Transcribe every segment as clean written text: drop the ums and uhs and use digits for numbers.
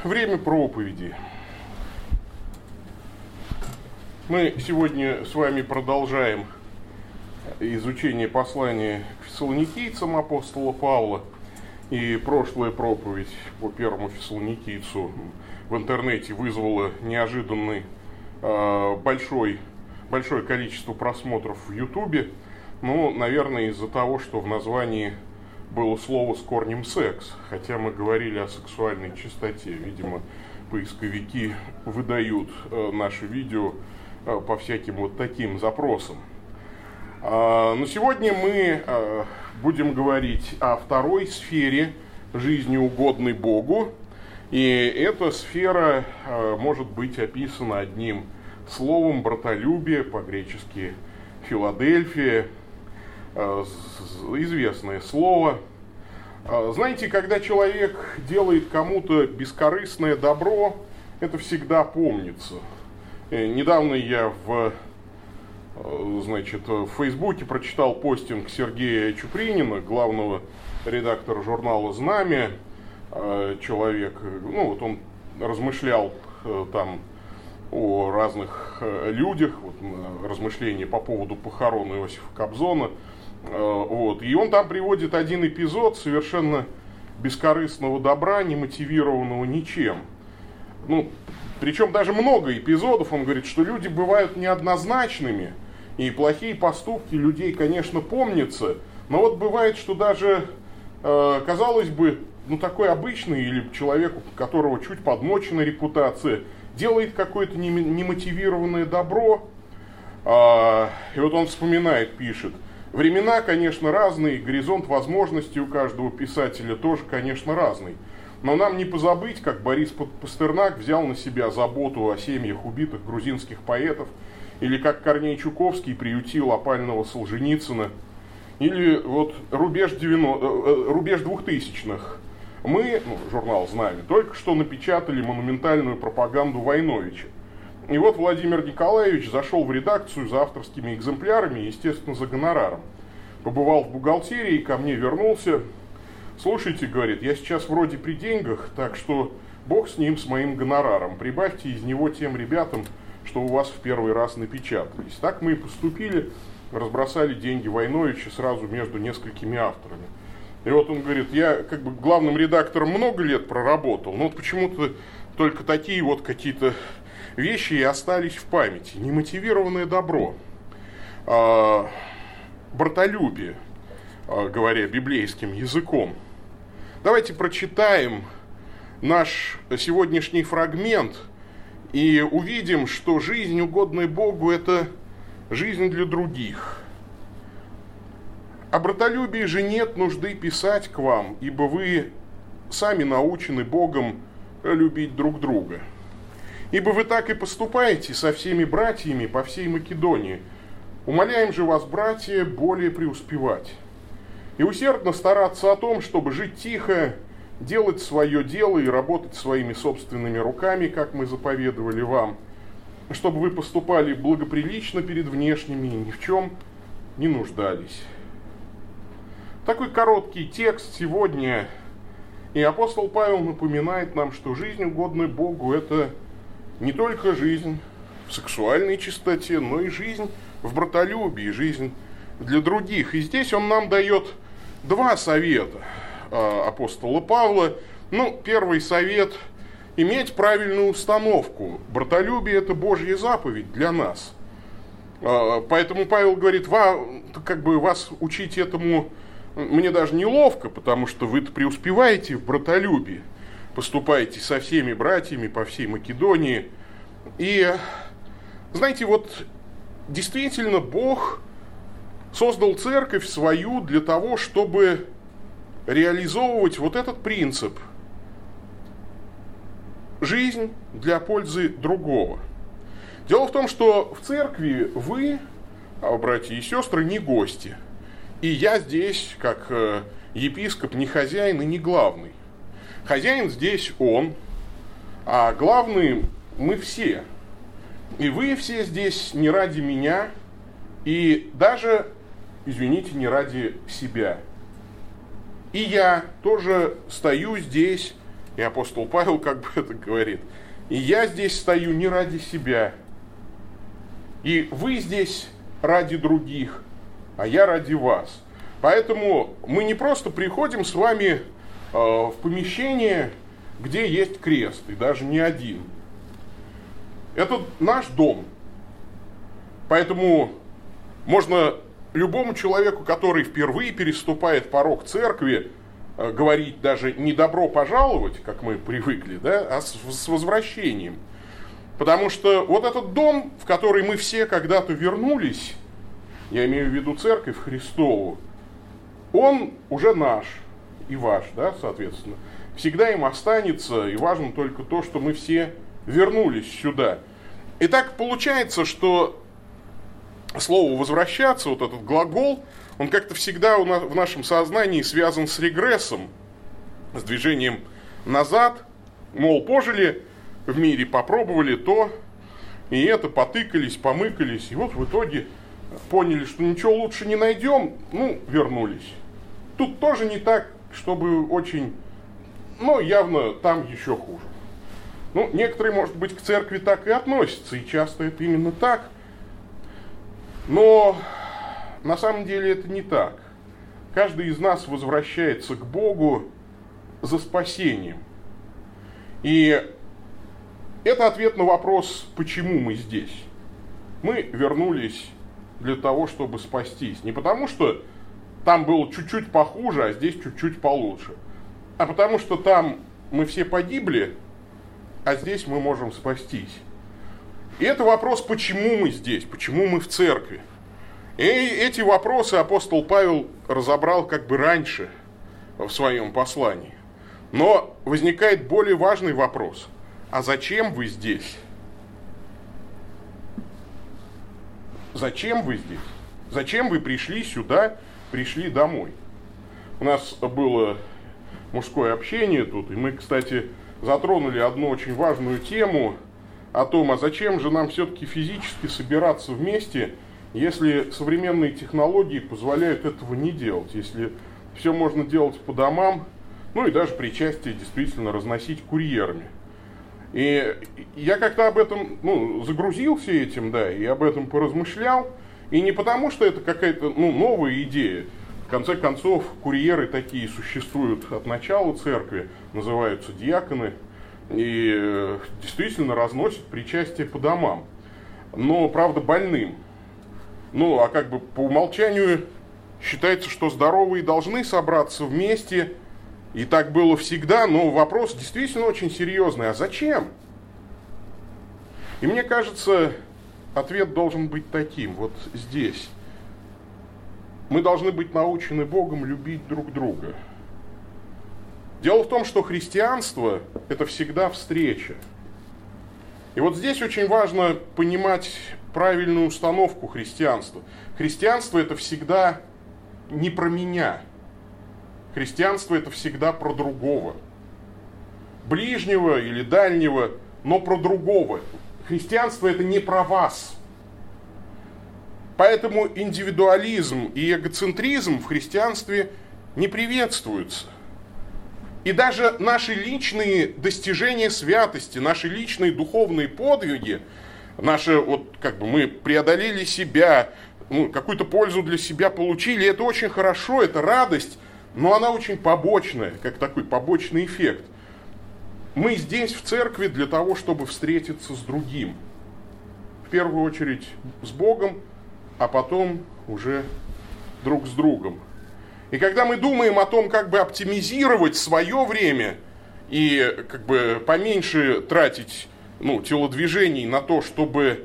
Время проповеди. Мы сегодня с вами продолжаем изучение послания к фессалоникийцам апостола Павла. И прошлая проповедь по первому фессалоникийцу в интернете вызвала неожиданный большое количество просмотров в Ютубе. Ну, наверное, из-за того, что в названии было слово с корнем «секс», хотя мы говорили о сексуальной чистоте. Видимо, поисковики выдают наши видео по всяким вот таким запросам. Но сегодня мы будем говорить о второй сфере жизни, угодной Богу. И эта сфера может быть описана одним словом: братолюбие, по-гречески Филадельфия. Известное слово. Знаете, когда человек делает кому-то бескорыстное добро, это всегда помнится. Недавно я в Фейсбуке прочитал постинг Сергея Чупринина, главного редактора журнала «Знамя». Человек, он размышлял там о разных людях, размышления по поводу похорон Иосифа Кобзона. И он там приводит один эпизод совершенно бескорыстного добра, не мотивированного ничем. Причем даже много эпизодов. Он говорит, что люди бывают неоднозначными, и плохие поступки людей, конечно, помнятся, но вот бывает, что даже, казалось бы, такой обычный или человек, у которого чуть подмочена репутация, делает какое-то немотивированное добро. И вот он вспоминает, пишет: времена, конечно, разные, горизонт возможностей у каждого писателя тоже, конечно, разный. Но нам не позабыть, как Борис Пастернак взял на себя заботу о семьях убитых грузинских поэтов, или как Корней Чуковский приютил опального Солженицына, или рубеж 2000-х. Мы, журнал «Знамя», только что напечатали монументальную пропаганду Войновича. И вот Владимир Николаевич зашел в редакцию за авторскими экземплярами, естественно, за гонораром. Побывал в бухгалтерии, ко мне вернулся. Слушайте, говорит, я сейчас вроде при деньгах, так что бог с ним, с моим гонораром. Прибавьте из него тем ребятам, что у вас в первый раз напечатались. Так мы и поступили, разбросали деньги Войновича сразу между несколькими авторами. И вот он говорит, я главным редактором много лет проработал, но почему-то только такие какие-то вещи и остались в памяти. Немотивированное добро, братолюбие, говоря библейским языком. Давайте прочитаем наш сегодняшний фрагмент и увидим, что жизнь, угодная Богу, это жизнь для других. О братолюбии же нет нужды писать к вам, ибо вы сами научены Богом любить друг друга. Ибо вы так и поступаете со всеми братьями по всей Македонии. Умоляем же вас, братья, более преуспевать. И усердно стараться о том, чтобы жить тихо, делать свое дело и работать своими собственными руками, как мы заповедовали вам, чтобы вы поступали благоприлично перед внешними и ни в чем не нуждались. Такой короткий текст сегодня, и апостол Павел напоминает нам, что жизнь, угодная Богу, это не только жизнь в сексуальной чистоте, но и жизнь в братолюбии, жизнь для других. И здесь он нам дает два совета апостола Павла. Первый совет – иметь правильную установку. Братолюбие – это Божья заповедь для нас. Поэтому Павел говорит, вас учить этому мне даже неловко, потому что вы преуспеваете в братолюбии, поступаете со всеми братьями по всей Македонии. И, знаете, действительно Бог создал церковь свою для того, чтобы реализовывать этот принцип. Жизнь для пользы другого. Дело в том, что в церкви вы, братья и сестры, не гости. И я здесь, как епископ, не хозяин и не главный. Хозяин здесь он, а главные мы все. И вы все здесь не ради меня, и даже, извините, не ради себя. И я тоже стою здесь И апостол Павел как бы это говорит. И я здесь стою не ради себя. И вы здесь ради других, а я ради вас. Поэтому мы не просто приходим с вами в помещение, где есть крест, и даже не один. Это наш дом. Поэтому можно любому человеку, который впервые переступает порог церкви, говорить даже не «добро пожаловать», как мы привыкли, да, а с возвращением. Потому что вот этот дом, в который мы все когда-то вернулись, я имею в виду Церковь Христову, он уже наш и ваш, да, соответственно. Всегда им останется, и важно только то, что мы все вернулись сюда. И так получается, что слово «возвращаться», вот этот глагол, он как-то всегда в нашем сознании связан с регрессом, с движением назад, мол, пожили в мире, попробовали то, и это, потыкались, помыкались, и вот в итоге поняли, что ничего лучше не найдем, вернулись. Тут тоже не так, чтобы очень, явно там еще хуже. Некоторые, может быть, к церкви так и относятся, и часто это именно так. Но на самом деле это не так. Каждый из нас возвращается к Богу за спасением. И это ответ на вопрос, почему мы здесь. Мы вернулись для того, чтобы спастись. Не потому, что там было чуть-чуть похуже, а здесь чуть-чуть получше. А потому, что там мы все погибли, а здесь мы можем спастись. И это вопрос, почему мы здесь, почему мы в церкви. И эти вопросы апостол Павел разобрал как бы раньше в своем послании. Но возникает более важный вопрос. А зачем вы здесь? Зачем вы здесь? Зачем вы пришли сюда, пришли домой? У нас было мужское общение тут, и мы, кстати, затронули одну очень важную тему о том, а зачем же нам все-таки физически собираться вместе, если современные технологии позволяют этого не делать, если все можно делать по домам, и даже причастие действительно разносить курьерами. И я как-то об этом, загрузился этим, да, и об этом поразмышлял, и не потому, что это какая-то, новая идея. В конце концов, курьеры такие существуют от начала церкви, называются диаконы, и действительно разносят причастие по домам. Но, правда, больным. А как бы по умолчанию считается, что здоровые должны собраться вместе, и так было всегда, но вопрос действительно очень серьезный. А зачем? И мне кажется, ответ должен быть таким, вот здесь. Мы должны быть научены Богом любить друг друга. Дело в том, что христианство – это всегда встреча. И вот здесь очень важно понимать правильную установку христианства. Христианство – это всегда не про меня. Христианство – это всегда про другого. Ближнего или дальнего, но про другого. Христианство – это не про вас. Поэтому индивидуализм и эгоцентризм в христианстве не приветствуются. И даже наши личные достижения святости, наши личные духовные подвиги, мы преодолели себя, какую-то пользу для себя получили, это очень хорошо, это радость, но она очень побочная, как такой побочный эффект. Мы здесь, в церкви, для того, чтобы встретиться с другим. В первую очередь с Богом, а потом уже друг с другом. И когда мы думаем о том, как бы оптимизировать свое время и как бы поменьше тратить телодвижений на то, чтобы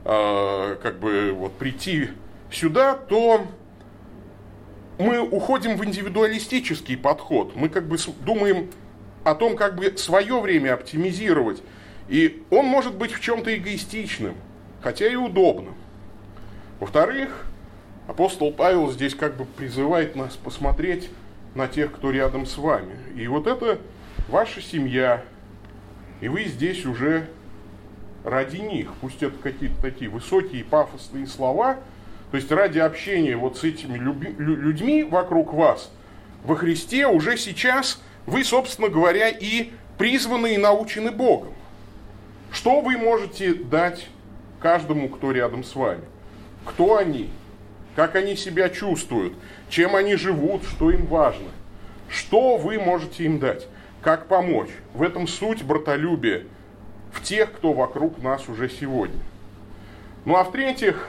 прийти сюда, то мы уходим в индивидуалистический подход. Мы думаем о том, как бы свое время оптимизировать. И он может быть в чем-то эгоистичным, хотя и удобным. Во-вторых, апостол Павел здесь призывает нас посмотреть на тех, кто рядом с вами. И вот это ваша семья, и вы здесь уже ради них. Пусть это какие-то такие высокие пафосные слова, то есть ради общения вот с этими людьми вокруг вас во Христе уже сейчас вы, собственно говоря, и призваны и научены Богом. Что вы можете дать каждому, кто рядом с вами? Кто они? Как они себя чувствуют? Чем они живут? Что им важно? Что вы можете им дать? Как помочь? В этом суть братолюбия в тех, кто вокруг нас уже сегодня. Ну а в-третьих,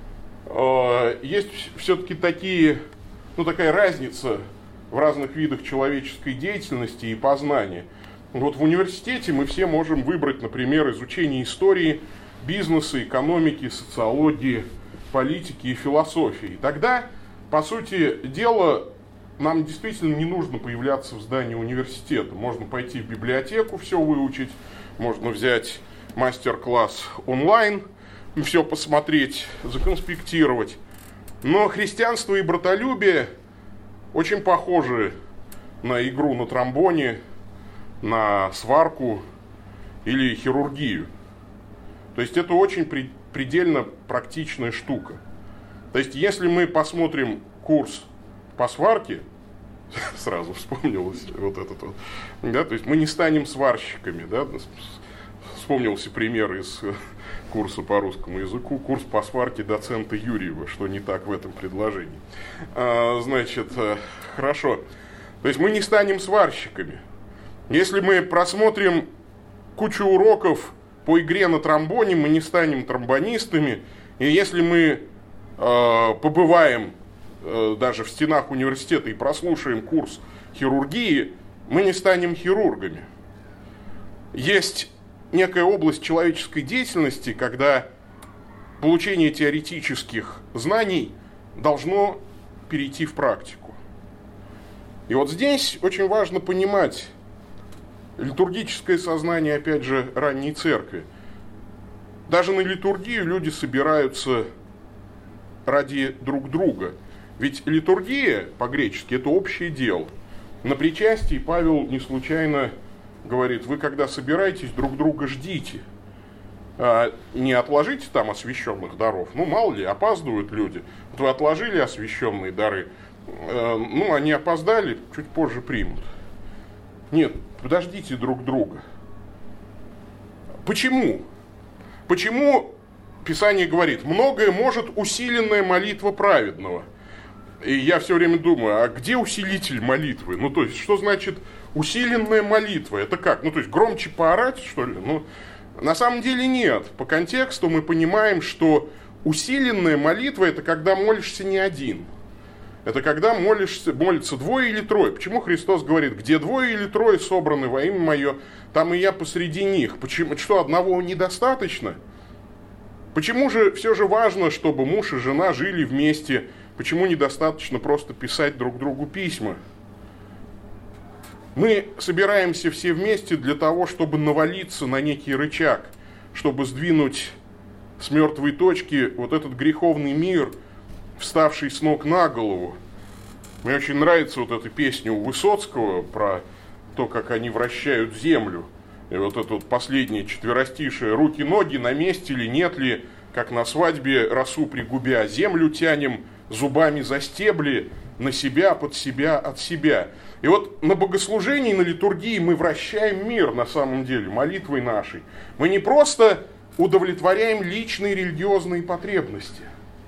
есть все-таки такая разница в разных видах человеческой деятельности и познания. Вот в университете мы все можем выбрать, например, изучение истории, бизнеса, экономики, социологии, политики и философии. И тогда, по сути дела, нам действительно не нужно появляться в здании университета. Можно пойти в библиотеку, все выучить, можно взять мастер-класс онлайн, все посмотреть, законспектировать. Но христианство и братолюбие очень похожи на игру на тромбоне, на сварку или хирургию. То есть это очень предельно практичная штука. То есть если мы посмотрим курс по сварке, сразу вспомнилось вот этот вот, да, то есть мы не станем сварщиками, да, вспомнился пример из курса по русскому языку, курс по сварке доцента Юрьева, что не так в этом предложении. Значит, хорошо, то есть мы не станем сварщиками. Если мы просмотрим кучу уроков по игре на тромбоне, мы не станем тромбонистами. И если мы побываем даже в стенах университета и прослушаем курс хирургии, мы не станем хирургами. Есть некая область человеческой деятельности, когда получение теоретических знаний должно перейти в практику. И вот здесь очень важно понимать литургическое сознание, опять же, ранней церкви. Даже на литургию люди собираются ради друг друга. Ведь литургия, по-гречески, это общее дело. На причастии Павел не случайно говорит: вы, когда собираетесь, друг друга ждите. Не отложите там освященных даров. Ну, мало ли, опаздывают люди. Вот вы отложили освященные дары. Ну, они опоздали, чуть позже примут. Нет, подождите друг друга. Почему? Почему Писание говорит: многое может усиленная молитва праведного? И я все время думаю, а где усилитель молитвы? Ну, то есть, что значит усиленная молитва? Это как? Ну, то есть, громче поорать, что ли? Ну, на самом деле нет. По контексту мы понимаем, что усиленная молитва – это когда молишься не один. Это когда молятся двое или трое. Почему Христос говорит: где двое или трое собраны во имя Мое, там и я посреди них? Почему? Что, одного недостаточно? Почему же все же важно, чтобы муж и жена жили вместе? Почему недостаточно просто писать друг другу письма? Мы собираемся все вместе для того, чтобы навалиться на некий рычаг, чтобы сдвинуть с мертвой точки вот этот греховный мир, вставший с ног на голову. Мне очень нравится вот эта песня у Высоцкого про то, как они вращают землю. И вот это вот последнее четверостишее: руки-ноги на месте ли, нет ли, как на свадьбе росу пригубя, землю тянем зубами за стебли, на себя, под себя, от себя. И вот на богослужении, на литургии мы вращаем мир на самом деле, молитвой нашей. Мы не просто удовлетворяем личные религиозные потребности.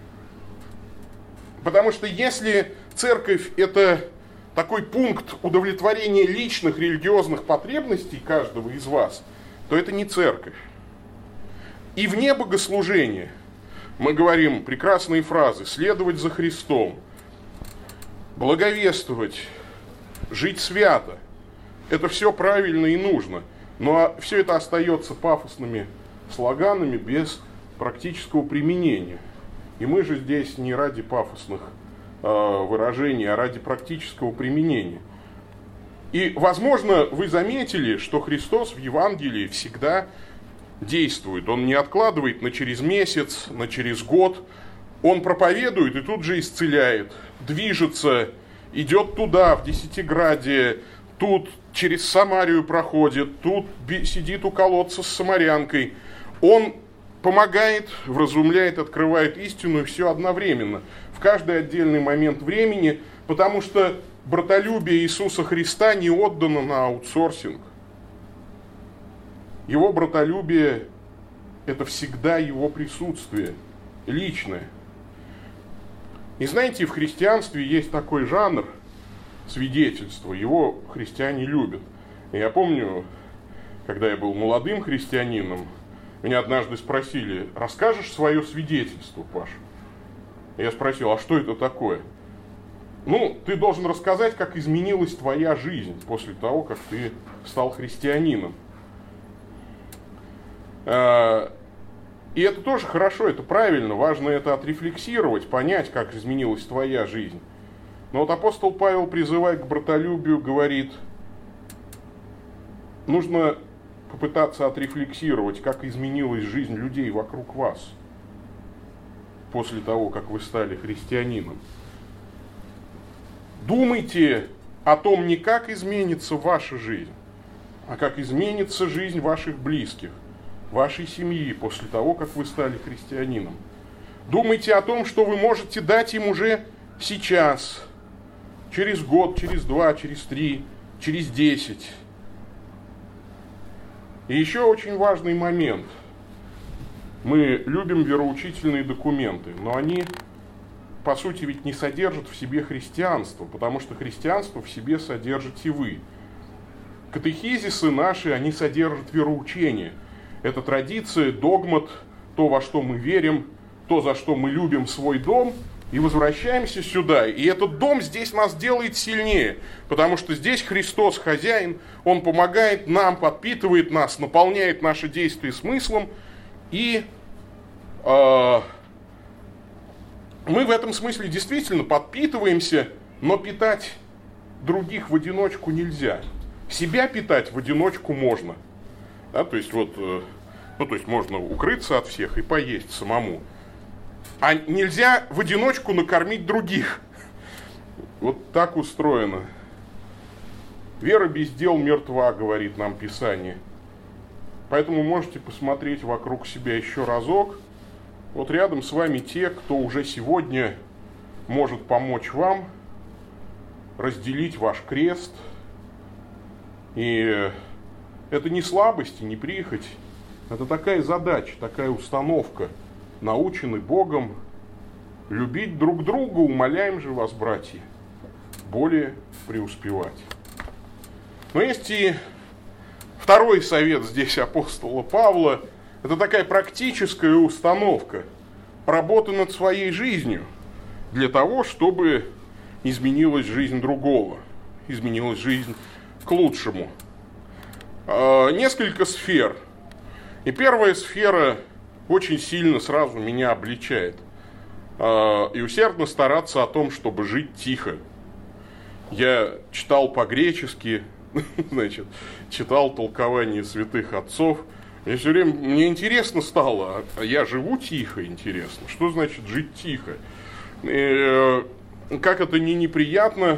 Потому что если церковь – это такой пункт удовлетворения личных религиозных потребностей каждого из вас, то это не церковь. И вне богослужения мы говорим прекрасные фразы: следовать за Христом, благовествовать, жить свято. Это все правильно и нужно. Но все это остается пафосными слоганами без практического применения. И мы же здесь не ради пафосных выражений, а ради практического применения. И, возможно, вы заметили, что Христос в Евангелии всегда действует. Он не откладывает на через месяц, на через год. Он проповедует и тут же исцеляет, движется, идет туда, в Десятиградие, тут через Самарию проходит, тут сидит у колодца с самарянкой. Он помогает, вразумляет, открывает истину, и все одновременно, в каждый отдельный момент времени, потому что братолюбие Иисуса Христа не отдано на аутсорсинг. Его братолюбие – это всегда его присутствие, личное. И знаете, в христианстве есть такой жанр свидетельства, его христиане любят. И я помню, когда я был молодым христианином, меня однажды спросили: расскажешь свое свидетельство, Паша? Я спросил: а что это такое? Ну, ты должен рассказать, как изменилась твоя жизнь после того, как ты стал христианином. И это тоже хорошо, это правильно, важно это отрефлексировать, понять, как изменилась твоя жизнь. Но вот апостол Павел, призывая к братолюбию, говорит, нужно попытаться отрефлексировать, как изменилась жизнь людей вокруг вас после того, как вы стали христианином. Думайте о том, не как изменится ваша жизнь, а как изменится жизнь ваших близких, вашей семьи после того, как вы стали христианином. Думайте о том, что вы можете дать им уже сейчас, через год, через 2, через 3, через 10. И еще очень важный момент. Мы любим вероучительные документы, но они, по сути, ведь не содержат в себе христианство, потому что христианство в себе содержите вы. Катехизисы наши, они содержат вероучение. Это традиция, догмат, то, во что мы верим, то, за что мы любим свой дом, и возвращаемся сюда. И этот дом здесь нас делает сильнее, потому что здесь Христос хозяин, Он помогает нам, подпитывает нас, наполняет наши действия смыслом, и мы в этом смысле действительно подпитываемся, но питать других в одиночку нельзя. Себя питать в одиночку можно. Да, то есть можно укрыться от всех и поесть самому. А нельзя в одиночку накормить других. Вот так устроено. Вера без дел мертва, говорит нам Писание. Поэтому можете посмотреть вокруг себя еще разок. Вот рядом с вами те, кто уже сегодня может помочь вам разделить ваш крест. И это не слабость и не прихоть. Это такая задача, такая установка. Научены Богом любить друг друга, умоляем же вас, братья, более преуспевать. Но есть и второй совет здесь апостола Павла. Это такая практическая установка. Работа над своей жизнью для того, чтобы изменилась жизнь другого. Изменилась жизнь к лучшему. Несколько сфер. И первая сфера очень сильно сразу меня обличает. И усердно стараться о том, чтобы жить тихо. Я читал по-гречески, читал толкование святых отцов. И все время мне интересно стало, а я живу тихо, интересно. Что значит жить тихо? И, как это не неприятно,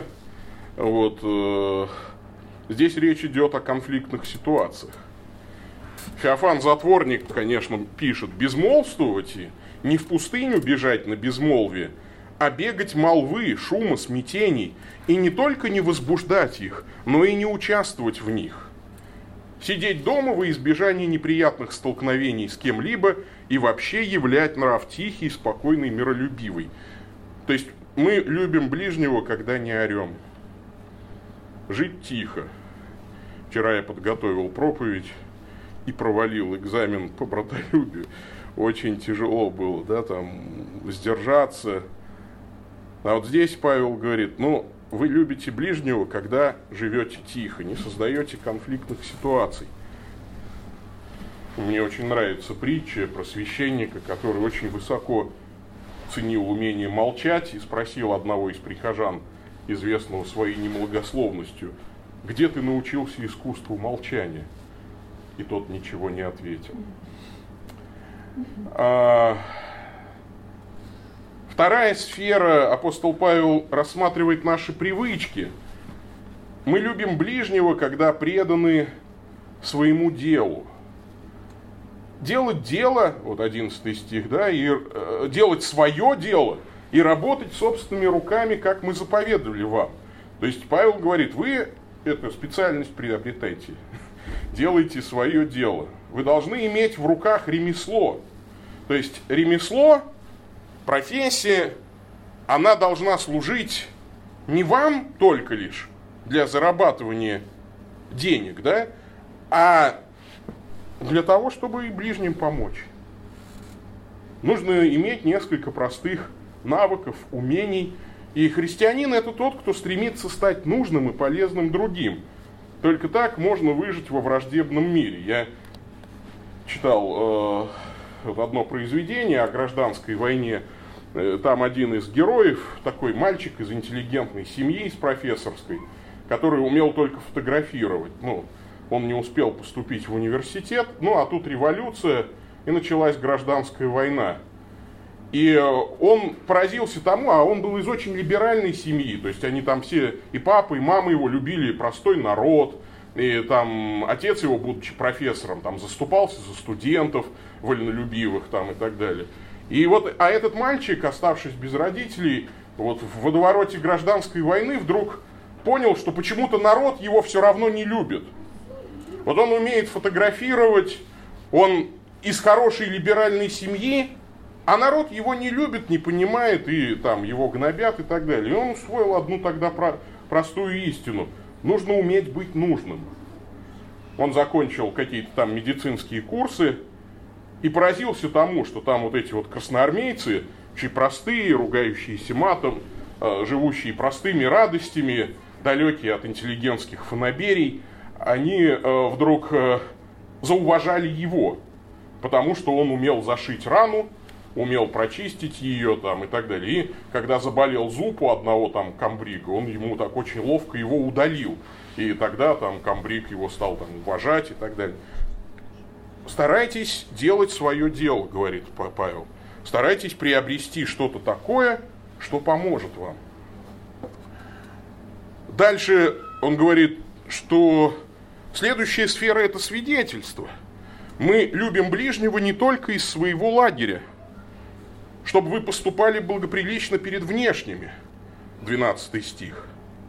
здесь речь идет о конфликтных ситуациях. Феофан Затворник, конечно, пишет: безмолвствовать, не в пустыню бежать на безмолвие, а бегать молвы, шума, смятений, и не только не возбуждать их, но и не участвовать в них. Сидеть дома во избежание неприятных столкновений с кем-либо и вообще являть нрав тихий, спокойный, миролюбивый. То есть мы любим ближнего, когда не орем. Жить тихо. Вчера я подготовил проповедь и провалил экзамен по братолюбию. Очень тяжело было, сдержаться. А вот здесь Павел говорит, вы любите ближнего, когда живете тихо, не создаете конфликтных ситуаций. Мне очень нравится притча про священника, который очень высоко ценил умение молчать и спросил одного из прихожан, известного своей немногословностью: где ты научился искусству молчания? И тот ничего не ответил. Вторая сфера, апостол Павел рассматривает наши привычки. Мы любим ближнего, когда преданы своему делу. Делать дело, 11 стих, и делать свое дело и работать собственными руками, как мы заповедовали вам. То есть Павел говорит, вы эту специальность приобретайте. делайте свое дело. Вы должны иметь в руках ремесло. То есть ремесло, профессия, она должна служить не вам только лишь для зарабатывания денег, да, а для того, чтобы и ближним помочь. Нужно иметь несколько простых навыков, умений. И христианин – это тот, кто стремится стать нужным и полезным другим. Только так можно выжить во враждебном мире. Я читал одно произведение о гражданской войне. Там один из героев, такой мальчик из интеллигентной семьи, из профессорской, который умел только фотографировать. Он не успел поступить в университет, а тут революция, и началась гражданская война. И он поразился тому, а он был из очень либеральной семьи, то есть они там все, и папа, и мама его любили простой народ, и там отец его, будучи профессором, там заступался за студентов вольнолюбивых там и так далее. И а этот мальчик, оставшись без родителей, в водовороте гражданской войны вдруг понял, что почему-то народ его все равно не любит. Он умеет фотографировать, он из хорошей либеральной семьи, а народ его не любит, не понимает, и там его гнобят и так далее. И он усвоил одну тогда простую истину. Нужно уметь быть нужным. Он закончил какие-то там медицинские курсы и поразился тому, что там эти красноармейцы, очень простые, ругающиеся матом, живущие простыми радостями, далекие от интеллигентских фанаберий, они вдруг зауважали его, потому что он умел зашить рану, умел прочистить ее там и так далее. И когда заболел зуб у одного там комбрига, он ему так очень ловко его удалил. И тогда там комбриг его стал там уважать и так далее. Старайтесь делать свое дело, говорит Павел. Старайтесь приобрести что-то такое, что поможет вам. Дальше он говорит, что следующая сфера – это свидетельство. Мы любим ближнего не только из своего лагеря, чтобы вы поступали благоприлично перед внешними. 12 стих.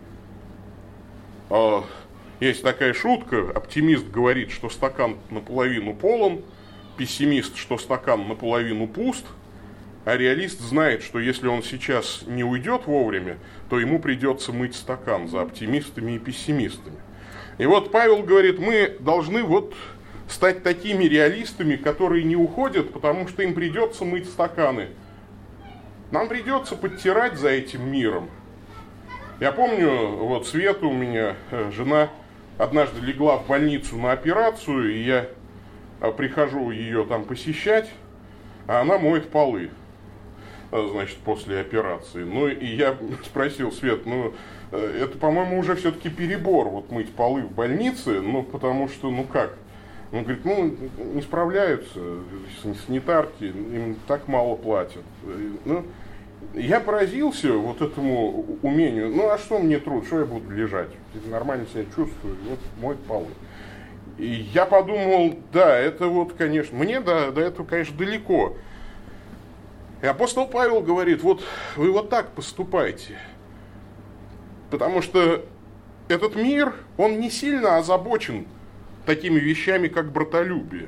Есть такая шутка. Оптимист говорит, что стакан наполовину полон, пессимист, что стакан наполовину пуст, а реалист знает, что если он сейчас не уйдет вовремя, то ему придется мыть стакан за оптимистами и пессимистами. И Павел говорит, мы должны стать такими реалистами, которые не уходят, потому что им придется мыть стаканы. Нам придется подтирать за этим миром. Я помню, Света у меня, жена, однажды легла в больницу на операцию, и я прихожу ее там посещать, а она моет полы, значит, после операции. И я спросил, Свет, это, по-моему, уже все-таки перебор, мыть полы в больнице, потому что, как? Он говорит, не справляются, санитарки, им так мало платят. Я поразился этому умению. А что мне труд, что я буду лежать? Нормально себя чувствую, моют полы. И я подумал, да, это конечно, мне до этого, конечно, далеко. И апостол Павел говорит, вы так поступайте. Потому что этот мир, он не сильно озабочен такими вещами, как братолюбие.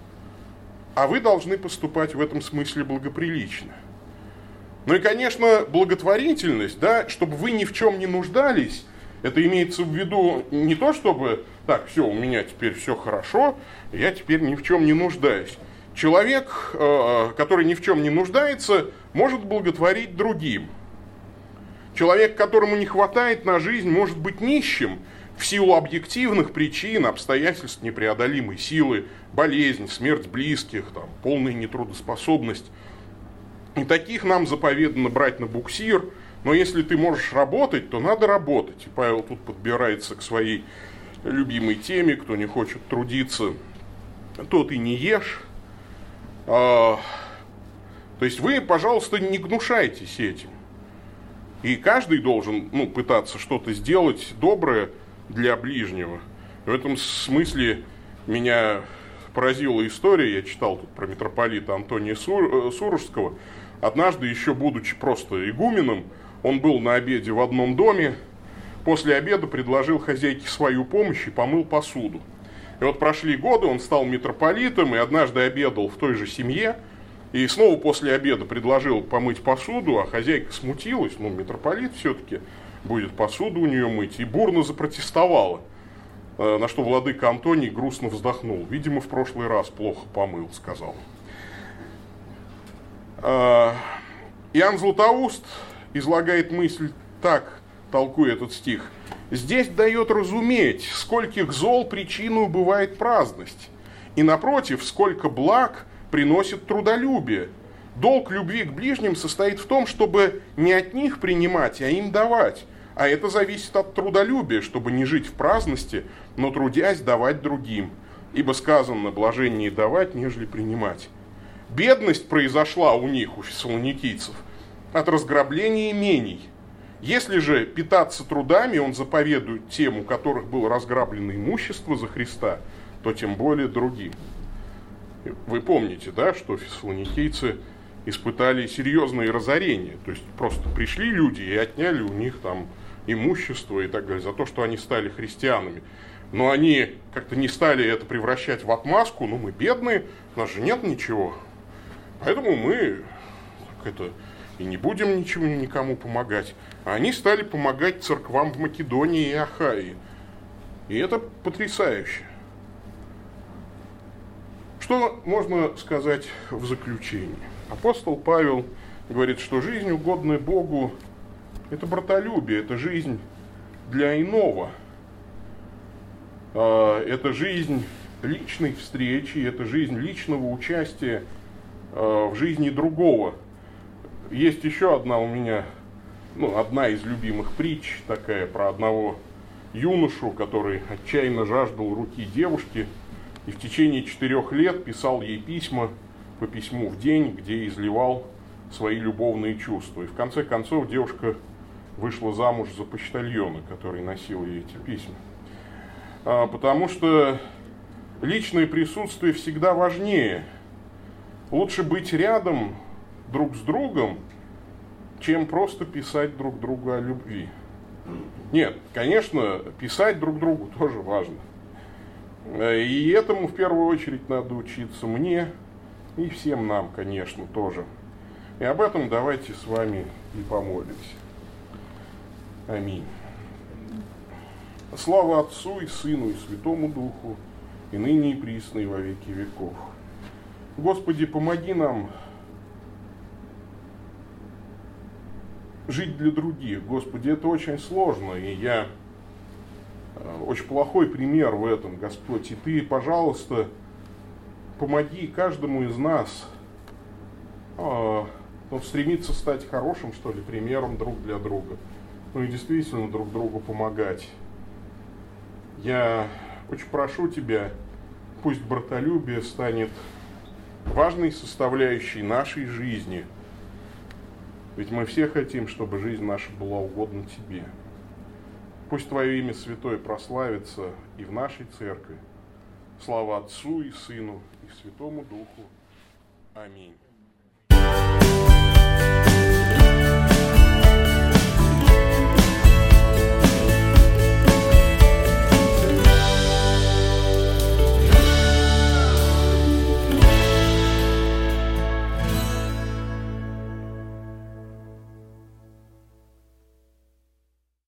А вы должны поступать в этом смысле благоприлично. И, конечно, благотворительность, да, чтобы вы ни в чем не нуждались, это имеется в виду не то, чтобы, так, все, у меня теперь все хорошо, я теперь ни в чем не нуждаюсь. Человек, который ни в чем не нуждается, может благотворить другим. Человек, которому не хватает на жизнь, может быть нищим в силу объективных причин, обстоятельств непреодолимой силы, болезнь, смерть близких, полная нетрудоспособность. И таких нам заповедано брать на буксир, но если ты можешь работать, то надо работать. И Павел тут подбирается к своей любимой теме, кто не хочет трудиться, тот и не ешь. То есть вы, пожалуйста, не гнушайтесь этим. И каждый должен пытаться что-то сделать доброе для ближнего. В этом смысле меня поразила история, я читал тут про митрополита Антония Сурожского. Однажды, еще будучи просто игуменом, он был на обеде в одном доме, после обеда предложил хозяйке свою помощь и помыл посуду. И вот прошли годы, он стал митрополитом и однажды обедал в той же семье. И снова после обеда предложил помыть посуду, а хозяйка смутилась, митрополит все-таки будет посуду у нее мыть, и бурно запротестовала. На что владыка Антоний грустно вздохнул. Видимо, в прошлый раз плохо помыл, сказал. Иоанн Златоуст излагает мысль так, толкуя этот стих. «Здесь дает разуметь, скольких зол причину бывает праздность, и напротив, сколько благ приносит трудолюбие. Долг любви к ближним состоит в том, чтобы не от них принимать, а им давать. А это зависит от трудолюбия, чтобы не жить в праздности, но трудясь давать другим. Ибо сказано, блаженнее давать, нежели принимать». Бедность произошла у них, у фессалоникийцев, от разграбления имений. Если же питаться трудами он заповедует тем, у которых было разграблено имущество за Христа, то тем более другим. Вы помните, да, что фессалоникийцы испытали серьезные разорения. То есть просто пришли люди и отняли у них там имущество и так далее, за то, что они стали христианами. Но они как-то не стали это превращать в отмазку. Мы бедные, у нас же нет ничего. Поэтому мы и не будем ничего никому помогать. А они стали помогать церквам в Македонии и Ахайи. И это потрясающе. Что можно сказать в заключении? Апостол Павел говорит, что жизнь, угодная Богу, это братолюбие, это жизнь для иного. Это жизнь личной встречи, это жизнь личного участия в жизни другого. Есть еще одна у меня, одна из любимых притч, такая про одного юношу, который отчаянно жаждал руки девушки и в течение 4 лет писал ей письма по письму в день, где изливал свои любовные чувства. И в конце концов девушка вышла замуж за почтальона, который носил ей эти письма. Потому что личное присутствие всегда важнее. Лучше быть рядом друг с другом, чем просто писать друг другу о любви. Нет, конечно, писать друг другу тоже важно. И этому в первую очередь надо учиться мне и всем нам, конечно, тоже. И об этом давайте с вами и помолимся. Аминь. Слава Отцу и Сыну и Святому Духу, и ныне и присно и во веки веков. Господи, помоги нам жить для других. Господи, это очень сложно, и я очень плохой пример в этом, Господь. И Ты, пожалуйста, помоги каждому из нас стремиться стать хорошим, что ли, примером друг для друга. И действительно друг другу помогать. Я очень прошу Тебя, пусть братолюбие станет важной составляющей нашей жизни. Ведь мы все хотим, чтобы жизнь наша была угодна Тебе. Пусть Твое имя святое прославится и в нашей церкви. Слава Отцу и Сыну и Святому Духу. Аминь.